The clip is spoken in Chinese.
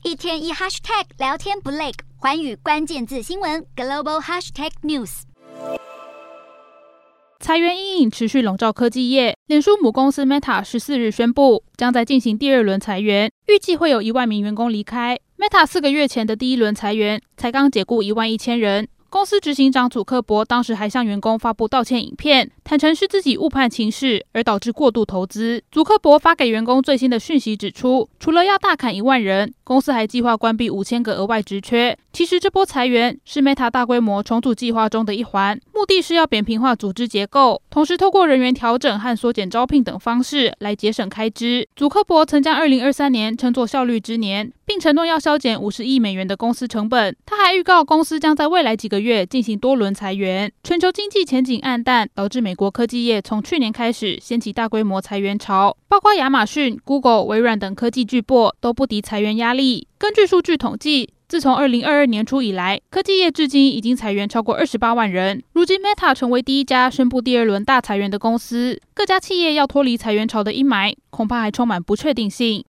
一天一 hashtag 聊天不累，寰宇关键字新闻 global hashtag news。 裁员阴影持续笼罩科技业，脸书母公司 Meta 14日宣布，将在进行第二轮裁员，预计会有1万名员工离开。Meta 4个月前的第一轮裁员才刚解雇11000人。公司执行长祖克伯当时还向员工发布道歉影片，坦诚是自己误判情势而导致过度投资。祖克伯发给员工最新的讯息指出，除了要大砍1万人，公司还计划关闭5000个额外职缺。其实这波裁员是 Meta 大规模重组计划中的一环，目的是要扁平化组织结构，同时透过人员调整和缩减招聘等方式来节省开支。祖克伯曾将2023年称作效率之年，并承诺要削减50亿美元的公司成本。他还预告公司将在未来几个月进行多轮裁员。全球经济前景暗淡，导致美国科技业从去年开始掀起大规模裁员潮，包括亚马逊、Google、微软等科技巨擘都不敌裁员压力。根据数据统计，自从2022年初以来，科技业至今已经裁员超过28万人。如今 Meta 成为第一家宣布第二轮大裁员的公司，各家企业要脱离裁员潮的阴霾，恐怕还充满不确定性。